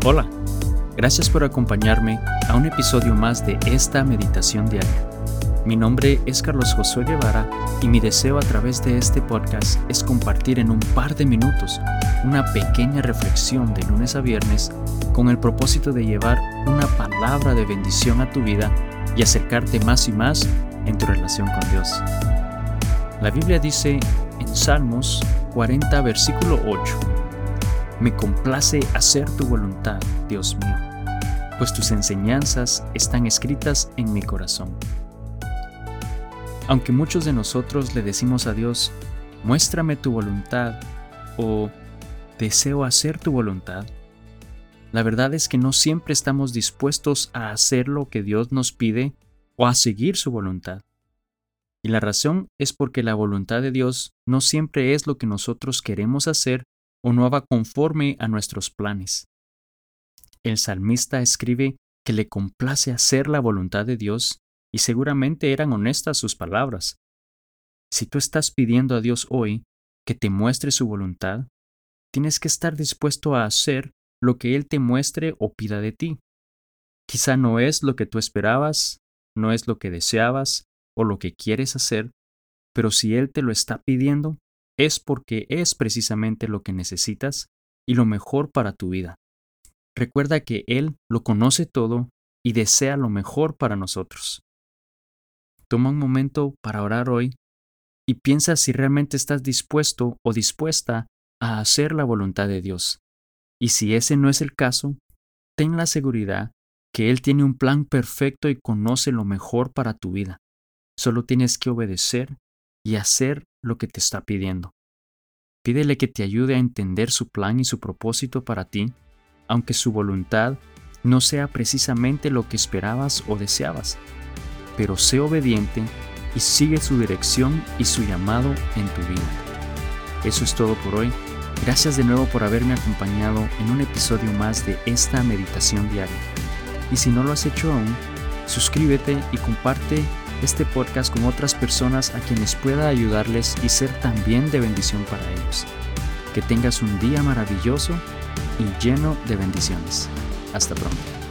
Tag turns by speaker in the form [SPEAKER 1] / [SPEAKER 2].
[SPEAKER 1] Hola, gracias por acompañarme a un episodio más de esta meditación diaria. Mi nombre es Carlos Josué Guevara y mi deseo a través de este podcast es compartir en un par de minutos una pequeña reflexión de lunes a viernes con el propósito de llevar una palabra de bendición a tu vida y acercarte más y más en tu relación con Dios. La Biblia dice en Salmos 40, versículo 8: Me complace hacer tu voluntad, Dios mío, pues tus enseñanzas están escritas en mi corazón. Aunque muchos de nosotros le decimos a Dios, muéstrame tu voluntad o deseo hacer tu voluntad, la verdad es que no siempre estamos dispuestos a hacer lo que Dios nos pide o a seguir su voluntad. Y la razón es porque la voluntad de Dios no siempre es lo que nosotros queremos hacer o no va conforme a nuestros planes. El salmista escribe que le complace hacer la voluntad de Dios y seguramente eran honestas sus palabras. Si tú estás pidiendo a Dios hoy que te muestre su voluntad, tienes que estar dispuesto a hacer lo que Él te muestre o pida de ti. Quizá no es lo que tú esperabas, no es lo que deseabas o lo que quieres hacer, pero si Él te lo está pidiendo, es porque es precisamente lo que necesitas y lo mejor para tu vida. Recuerda que Él lo conoce todo y desea lo mejor para nosotros. Toma un momento para orar hoy y piensa si realmente estás dispuesto o dispuesta a hacer la voluntad de Dios. Y si ese no es el caso, ten la seguridad que Él tiene un plan perfecto y conoce lo mejor para tu vida. Solo tienes que obedecer y hacer lo que te está pidiendo. Pídele que te ayude a entender su plan y su propósito para ti, aunque su voluntad no sea precisamente lo que esperabas o deseabas. Pero sé obediente y sigue su dirección y su llamado en tu vida. Eso es todo por hoy. Gracias de nuevo por haberme acompañado en un episodio más de esta meditación diaria. Y si no lo has hecho aún, suscríbete y comparte este podcast con otras personas a quienes pueda ayudarles y ser también de bendición para ellos. Que tengas un día maravilloso y lleno de bendiciones. Hasta pronto.